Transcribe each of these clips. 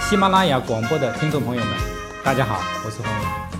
喜马拉雅广播的听众朋友们，大家好，我是洪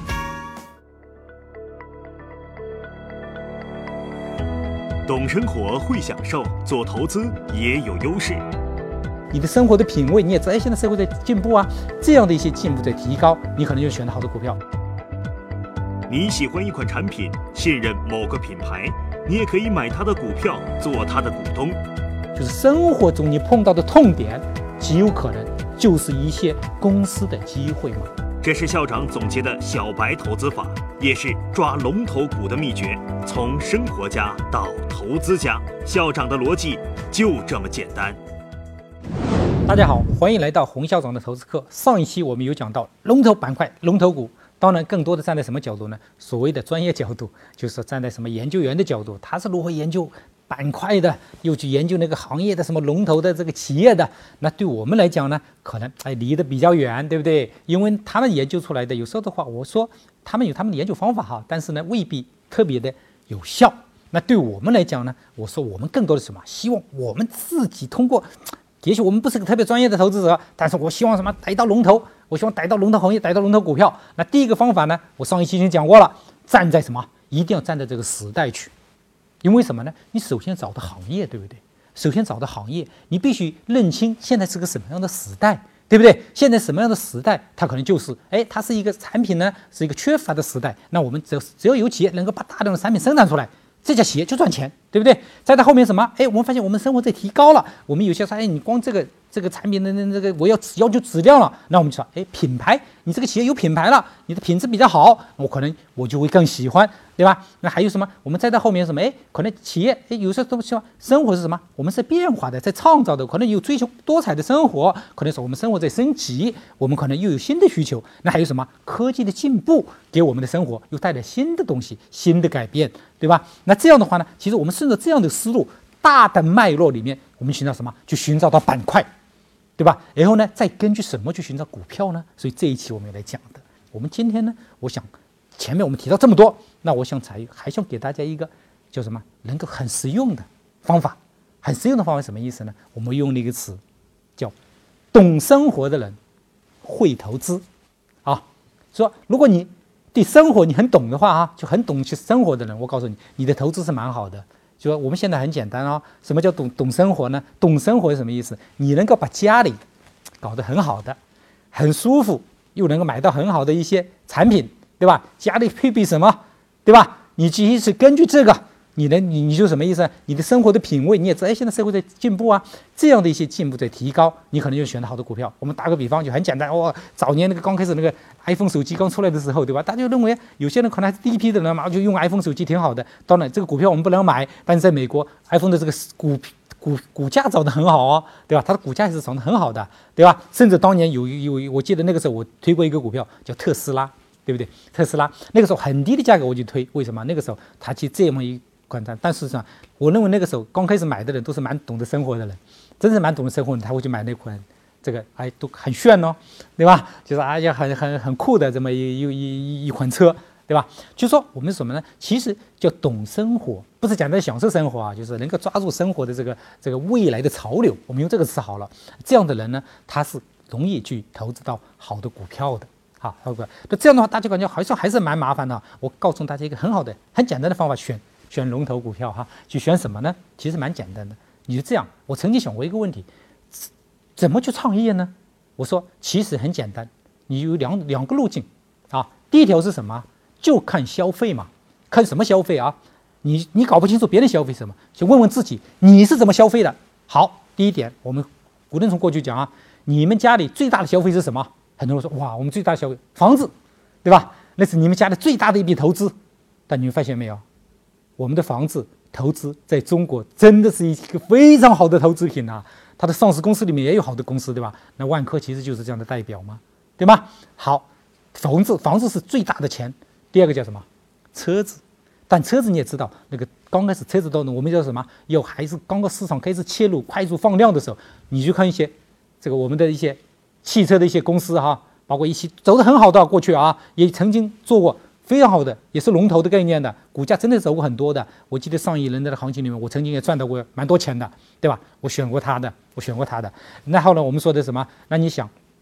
勇。懂生活会享受，做投资也有优势。 你的生活的品味，你也知道，现在社会在进步啊，这样的一些进步在提高，你可能就选了好的股票。 你喜欢一款产品，信任某个品牌，你也可以买它的股票，做它的股东。 就是生活中你碰到的痛点，极有可能就是一些公司的机会嘛。 这是校长总结的小白投资法，也是抓龙头股的秘诀。从生活家到投资家，校长的逻辑就这么简单。 大家好，欢迎来到洪校长的投资课。上一期我们有讲到龙头板块、龙头股，当然更多的站在什么角度呢？所谓的专业角度，就是站在什么研究员的角度，他是如何研究板块的，又去研究那个行业的什么龙头的这个企业的。那对我们来讲呢，可能离得比较远，对不对？因为他们研究出来的，有时候的话，我说他们有他们的研究方法哈，但是呢未必特别的有效。那对我们来讲呢，我说我们更多的是什么？希望我们自己通过，也许我们不是个特别专业的投资者，但是我希望什么？逮到龙头，我希望逮到龙头行业，逮到龙头股票。那第一个方法呢，我上一期已经讲过了，站在什么？一定要站在这个时代去。因为什么呢？你首先找的行业，对不对？首先找的行业，你必须认清现在是个什么样的时代，对不对？现在什么样的时代，它可能就是，它是一个产品呢，是一个缺乏的时代。那我们只要有企业能够把大量的产品生产出来，这家企业就赚钱，对不对？再到后面什么？我们发现我们生活在提高了，我们有些说，你光这个产品的这个我要求质量了，那我们就说，品牌，你这个企业有品牌了，你的品质比较好，我就会更喜欢，对吧？那还有什么？我们再到后面什么？可能企业有时候都希望生活是什么？我们是变化的，在创造的，可能有追求多彩的生活，可能说我们生活在升级，我们可能又有新的需求。那还有什么？科技的进步给我们的生活又带来新的东西，新的改变，对吧？那这样的话呢，其实我们顺着这样的思路，大的脉络里面，我们寻找什么？去寻找到板块。对吧？然后呢，再根据什么去寻找股票呢？所以这一期我们要来讲的。我们今天呢，我想前面我们提到这么多，那我想还想给大家一个叫什么，能够很实用的方法。很实用的方法什么意思呢？我们用了一个词，叫懂生活的人会投资啊。说如果你对生活你很懂的话啊，就很懂去生活的人，我告诉你，你的投资是蛮好的。就说我们现在很简单啊，什么叫懂生活呢？懂生活是什么意思？你能够把家里搞得很好的，很舒服，又能够买到很好的一些产品，对吧？家里配备什么，对吧？你其实根据这个，你就什么意思？你的生活的品味，你也知道，现在社会在进步啊，这样的一些进步在提高，你可能就选了好的股票。我们打个比方，就很简单，早年那个刚开始那个 iPhone 手机刚出来的时候，对吧？大家就认为有些人可能还是第一批的人嘛，就用 iPhone 手机挺好的。当然，这个股票我们不能买，但是在美国 ，iPhone 的这个股价涨得很好哦，对吧？它的股价也是涨得很好的，对吧？甚至当年有，我记得那个时候我推过一个股票叫特斯拉，对不对？特斯拉那个时候很低的价格我就推，为什么？那个时候它其实这么一款单，但事实上，我认为那个时候刚开始买的人都是蛮懂得生活的人，真是蛮懂得生活的人，他会去买那款。这个都很炫哦，对吧？就是要很酷的这么一款车，对吧？就说我们什么呢？其实叫懂生活，不是讲在享受生活啊，就是能够抓住生活的这个未来的潮流。我们用这个词好了，这样的人呢，他是容易去投资到好的股票的。好，好不？那这样的话，大家感觉好像还是蛮麻烦的。我告诉大家一个很好的、很简单的方法，选龙头股票哈。去选什么呢？其实蛮简单的。你就这样，我曾经想过一个问题。怎么去创业呢？我说其实很简单，你有两个路径啊。第一条是什么？就看消费嘛，看什么消费啊？你搞不清楚别人消费什么，就问问自己你是怎么消费的。好，第一点，我们无论从过去讲啊，你们家里最大的消费是什么？很多人说哇，我们最大的消费房子，对吧？那是你们家的最大的一笔投资。但你们发现没有，我们的房子投资在中国真的是一个非常好的投资品啊。它的上市公司里面也有好的公司，对吧？那万科其实就是这样的代表嘛，对吗？好，房子是最大的钱。第二个叫什么？车子。但车子你也知道，那个刚开始车子到我们叫什么？还是刚刚市场开始切入、快速放量的时候，你去看一些我们的一些汽车的一些公司哈，包括一些走得很好的过去啊，也曾经做过非常好的，也是龙头的概念的，股价真的走过很多的。我记得上亿人的行情里面，我曾经也赚到过蛮多钱的，对吧？我选过它的。然后呢，我们说的什么？那你想，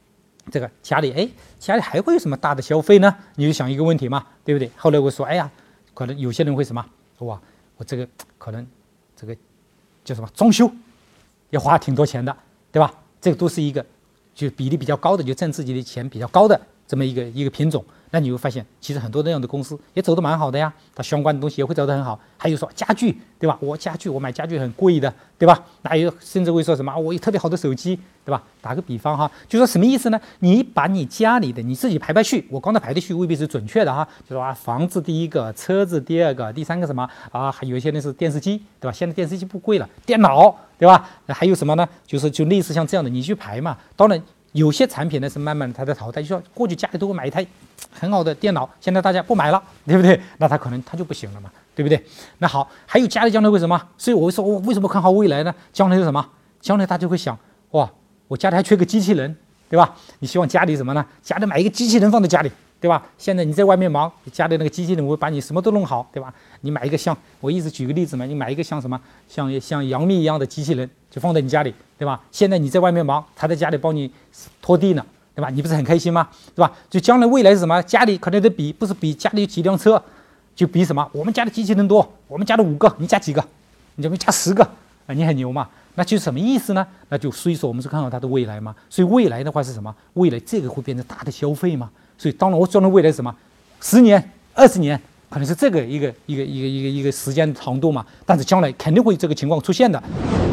这个家里还会有什么大的消费呢？你就想一个问题嘛，对不对？后来我说，哎呀，可能有些人会什么，哇，我这个可能这个叫什么装修，要花挺多钱的，对吧？这个都是一个就比例比较高的，就挣自己的钱比较高的这么一个品种。那你会发现，其实很多这样的公司也走得蛮好的呀，它相关的东西也会走得很好。还有说家具，对吧？我买家具很贵的，对吧？那有甚至会说什么我有特别好的手机，对吧？打个比方哈，就说什么意思呢？你把你家里的你自己排序，我刚才排的序未必是准确的哈，就说房子第一个，车子第二个，第三个什么还有一些呢是电视机，对吧？现在电视机不贵了，电脑，对吧？还有什么呢？就类似像这样的，你去排嘛。当然。有些产品呢是慢慢的它在淘汰，就说过去家里都会买一台很好的电脑，现在大家不买了，对不对？那它可能它就不行了嘛，对不对？那好，还有家里将来为什么？所以我说我为什么看好未来呢？将来是什么？将来大家会想，哇，我家里还缺个机器人，对吧？你希望家里什么呢？家里买一个机器人放在家里，对吧？现在你在外面忙，家里那个机器人会把你什么都弄好，对吧？你买一个像我一直举个例子嘛，你买一个像什么像杨幂一样的机器人，就放在你家里，对吧？现在你在外面忙，他在家里帮你拖地呢，对吧？你不是很开心吗？对吧？就将来未来是什么？家里可能得比，不是比家里有几辆车，就比什么？我们家的机器人多，我们家的5个，你加几个？你这边加10个啊？你很牛嘛？那就是什么意思呢？那就所以说我们是看到它的未来嘛。所以未来的话是什么？未来这个会变成大的消费嘛。所以当然我将来未来是什么？10年、20年，可能是这个一个时间长度嘛。但是将来肯定会有这个情况出现的。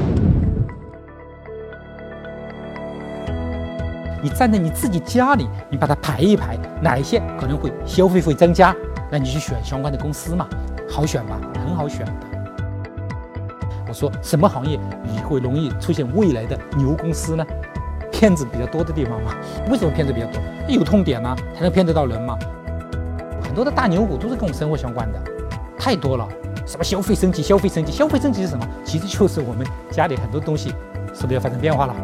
你站在你自己家里，你把它排一排，哪一些可能会消费会增加，那你去选相关的公司嘛，好选吧，很好选的。我说什么行业你会容易出现未来的牛公司呢？骗子比较多的地方嘛。为什么骗子比较多？有痛点啊，才能骗得到人嘛。很多的大牛股都是跟我们生活相关的，太多了。什么消费升级，消费升级，消费升级是什么？其实就是我们家里很多东西是不是要发生变化了？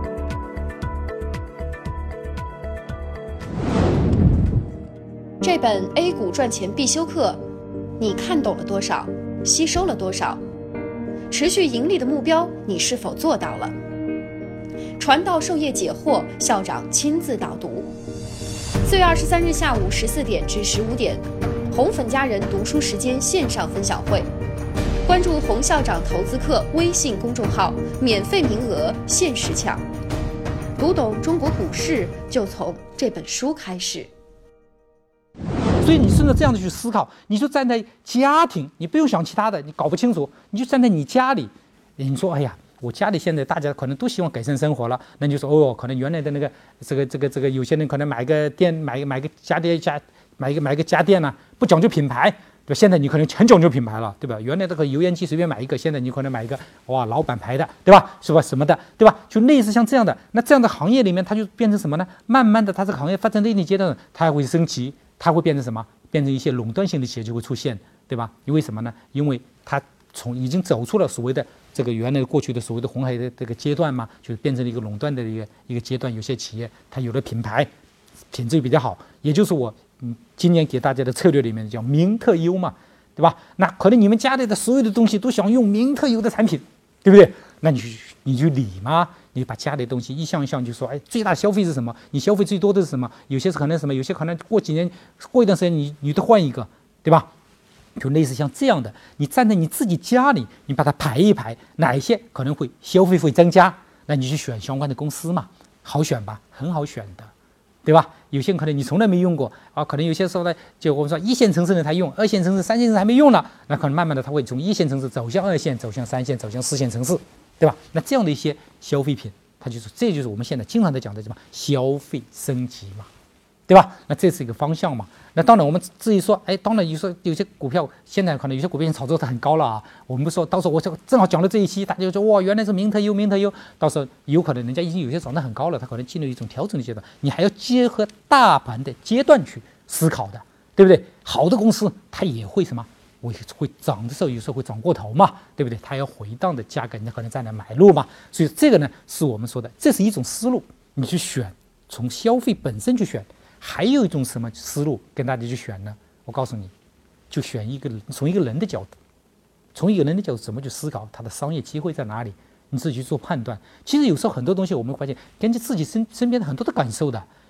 这本 A 股赚钱必修课，你看懂了多少？吸收了多少？持续盈利的目标，你是否做到了？传道授业解惑，校长亲自导读。4月23日下午14点至15点，红粉家人读书时间线上分享会。关注洪校长投资课微信公众号，免费名额限时抢。读懂中国股市，就从这本书开始。 所以你甚至这样子去思考，你就站在家庭，你不用想其他的，你搞不清楚，你就站在你家里，你说哎呀，我家里现在大家可能都希望改善生活了，那你就说哦，可能原来的那个这个有些人可能买个电，买个家电呢，不讲究品牌，对吧？现在你可能很讲究品牌了，对吧？原来这个油烟机随便买一个，现在你可能买一个哇老板牌的，对吧？是吧？什么的，对吧？就类似像这样的，那这样的行业里面，它就变成什么呢？慢慢的，它这个行业发展到一定阶段，它还会升级。它会变成什么？变成一些垄断性的企业就会出现，对吧？因为什么呢？因为它已经走出了所谓的这个原来过去的所谓的红海的这个阶段嘛，就是变成了一个垄断的一个阶段。有些企业它有了品牌，品质比较好，也就是我今年给大家的策略里面叫名特优嘛，对吧？那可能你们家里的所有的东西都想用名特优的产品，对不对？那你就理嘛。你把家里的东西一项一项就说，哎，最大的消费是什么？你消费最多的是什么？有些是可能什么？有些可能过几年、过一段时间你都换一个，对吧？就类似像这样的，你站在你自己家里，你把它排一排，哪一些可能会消费会增加，那你去选相关的公司嘛，好选吧，很好选的，对吧？有些可能你从来没用过啊，可能有些时候呢，就我们说1线城市的他用，2线城市、3线城市还没用呢，那可能慢慢的他会从1线城市走向2线，走向3线，走向4线城市。对吧？那这样的一些消费品，这就是我们现在经常在讲的什么消费升级嘛，对吧？那这是一个方向嘛。那当然我们至于说，哎，当然你说有些股票现在可能有些股票炒作它很高了啊，我们不说，到时候我正好讲了这一期，大家就说哇，原来是名特优，到时候有可能人家已经有些涨得很高了，它可能进入一种调整的阶段，你还要结合大盘的阶段去思考的，对不对？好的公司它也会什么？会涨的时候，有时候会涨过头嘛，对不对？它要回档的价格，人家可能在那买入嘛。所以这个呢，是我们说的，这是一种思路，你去选，从消费本身去选。还有一种什么思路跟大家去选呢？我告诉你，就选从一个人的角度，怎么去思考它的商业机会在哪里，你自己去做判断。其实有时候很多东西我们会发现，根据自己身边的很多的感受的。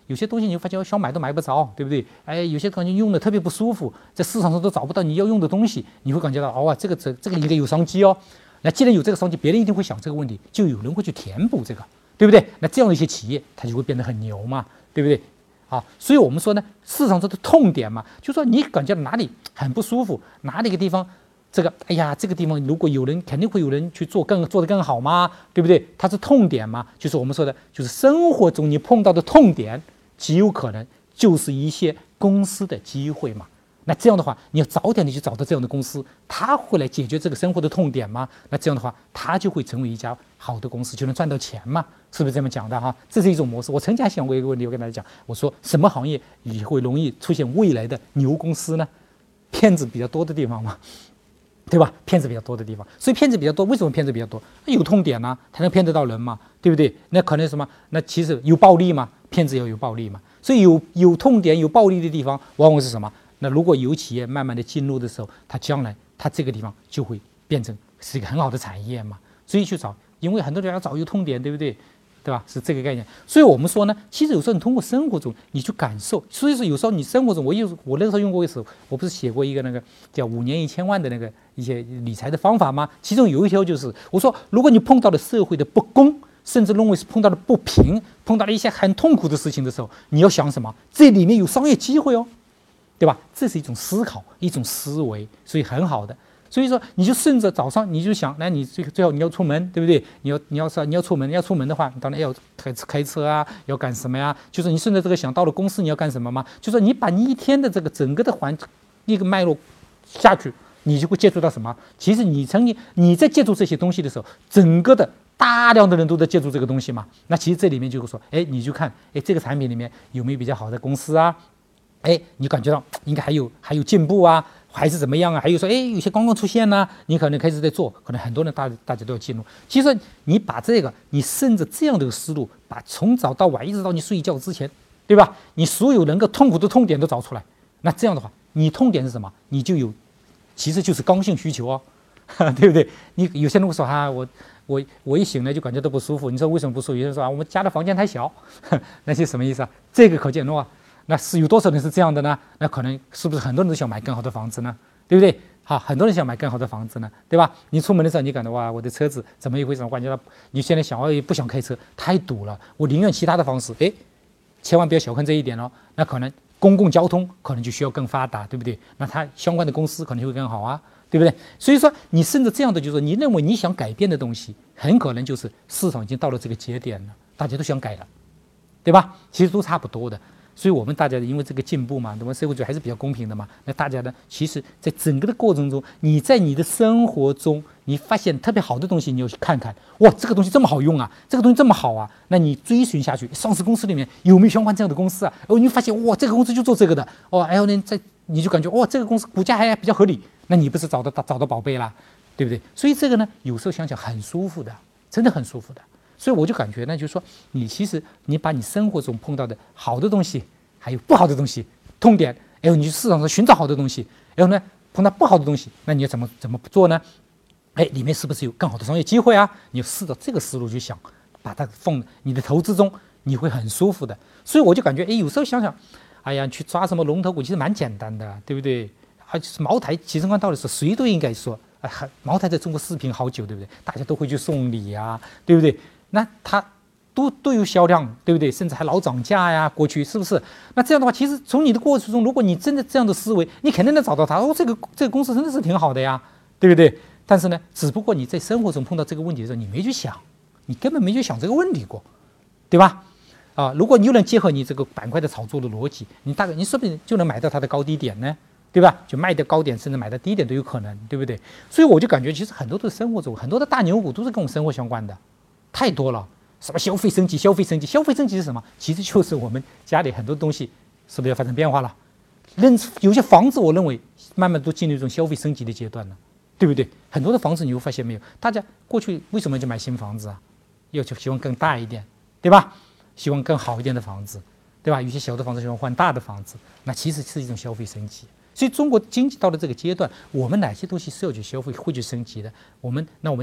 有些东西你会发现想买都买不着，对不对？哎，有些东西用的特别不舒服，在市场上都找不到你要用的东西，你会感觉到这个应该有商机哦。那既然有这个商机，别人一定会想这个问题，就有人会去填补这个，对不对？那这样的一些企业，它就会变得很牛嘛，对不对？所以我们说呢，市场上的痛点嘛，就说你感觉哪里很不舒服，哪里一个地方，这个地方如果有人，肯定会有人去做得更好嘛，对不对？它是痛点嘛，就是我们说的，就是生活中你碰到的痛点，极有可能就是一些公司的机会嘛。那这样的话，你要早点的去找到这样的公司，它会来解决这个生活的痛点吗？那这样的话，它就会成为一家好的公司，就能赚到钱嘛？是不是这么讲的哈？这是一种模式。我曾经还想过一个问题，我跟大家讲，我说什么行业也会容易出现未来的牛公司呢？骗子比较多的地方嘛，对吧？骗子比较多的地方，所以骗子比较多。为什么骗子比较多？有痛点呢，才能骗得到人嘛，对不对？那可能什么？那其实有暴利嘛，骗子要有暴利嘛。所以有痛点、有暴利的地方，往往是什么？那如果有企业慢慢的进入的时候，它将来它这个地方就会变成是一个很好的产业嘛。所以去找，因为很多人要找有痛点，对不对？对吧？是这个概念。所以我们说呢，其实有时候你通过生活中你去感受，所以说有时候你生活中，我那时候用过一次，我不是写过一个那个叫5年1000万的那个一些理财的方法吗？其中有一条就是我说，如果你碰到了社会的不公，甚至认为是碰到了不平，碰到了一些很痛苦的事情的时候，你要想什么？这里面有商业机会哦。对吧？这是一种思考，一种思维，所以很好的。所以说，你就顺着早上你就想，那你最后你要出门，对不对？你要出门的话，你当然要开车啊，要干什么呀？就是你顺着这个想，到了公司你要干什么嘛？就是你把你一天的这个整个的一个脉络下去，你就会接触到什么？其实你在接触这些东西的时候，整个的大量的人都在接触这个东西嘛。那其实这里面就是说，你就看，这个产品里面有没有比较好的公司啊？你感觉到应该还有进步啊，还是怎么样啊？还有说，有些刚刚出现呢，你可能开始在做，可能很多人大家都要进入。其实你把你顺着这样的思路，把从早到晚一直到你睡觉之前，对吧？你所有能够痛苦的痛点都找出来。那这样的话，你痛点是什么？你就有，其实就是刚性需求哦，对不对？你有些人会说我一醒来就感觉都不舒服。你说为什么不舒服？有人说我们家的房间太小，那是什么意思啊？这个可见的话。那是有多少人是这样的呢？那可能是不是很多人都想买更好的房子呢？对不对？很多人想买更好的房子呢，对吧？你出门的时候，你感到我的车子怎么一回事？我感觉到你现在不想开车，太堵了，我宁愿其他的方式。千万不要小看这一点哦。那可能公共交通可能就需要更发达，对不对？那它相关的公司可能就会更好啊，对不对？所以说，你甚至这样的，就是说，你认为你想改变的东西，很可能就是市场已经到了这个节点了，大家都想改了，对吧？其实都差不多的。所以我们大家因为这个进步嘛，我们社会主义还是比较公平的嘛。那大家呢，其实在整个的过程中，你在你的生活中，你发现特别好的东西，你要去看看，哇，这个东西这么好用啊，这个东西这么好啊，那你追寻下去，上市公司里面有没有相关这样的公司啊？你发现哇，这个公司就做这个的，然后呢，你就感觉哇，这个公司股价还比较合理，那你不是找到宝贝啦，对不对？所以这个呢，有时候想想很舒服的，真的很舒服的。所以我就感觉呢，就是说，其实你把你生活中碰到的好的东西，还有不好的东西，痛点，然后你去市场上寻找好的东西，然后呢碰到不好的东西，那你要怎么做呢？里面是不是有更好的商业机会啊？你就试着这个思路去想，把它放你的投资中，你会很舒服的。所以我就感觉，有时候想想，去抓什么龙头股其实蛮简单的，对不对？就是茅台，其实按道理说，谁都应该说，茅台在中国视频好久，对不对？大家都会去送礼啊，对不对？那它都有销量，对不对？甚至还老涨价呀，过去是不是？那这样的话，其实从你的过程中，如果你真的这样的思维，你肯定能找到它。这个公司真的是挺好的呀，对不对？但是呢，只不过你在生活中碰到这个问题的时候，你没去想，你根本没去想这个问题过，对吧？如果你又能结合你这个板块的炒作的逻辑，你说不定就能买到它的高低点呢，对吧？就卖的高点，甚至买的低点都有可能，对不对？所以我就感觉，其实很多的生活中，很多的大牛股都是跟我们生活相关的。太多了，什么消费升级是什么？其实就是我们家里很多东西是不是要发生变化了？有些房子，我认为慢慢都进入一种消费升级的阶段了，对不对？很多的房子你会发现没有，大家过去为什么就买新房子啊？要求希望更大一点，对吧？希望更好一点的房子，对吧？有些小的房子希望换大的房子，那其实是一种消费升级。所以中国经济到了这个阶段，我们哪些东西是要去消费、会去升级的？我们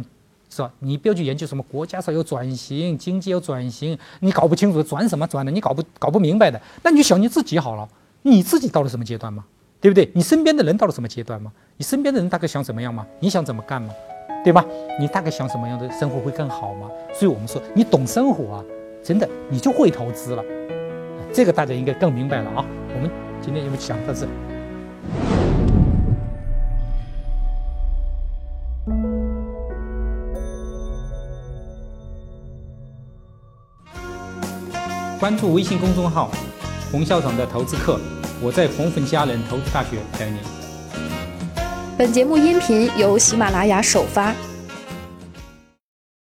是吧？你不要去研究什么国家要转型，经济要转型，你搞不清楚转什么转的，你搞不明白的，那你就想你自己好了，你自己到了什么阶段吗？对不对？你身边的人到了什么阶段吗？你身边的人大概想怎么样吗？你想怎么干吗？对吧？你大概想什么样的生活会更好吗？所以我们说，你懂生活啊，真的你就会投资了。这个大家应该更明白了啊。我们今天就讲到这里。关注微信公众号“洪校长的投资课”，我在红粉佳人投资大学等你。 本节目音频由喜马拉雅首发，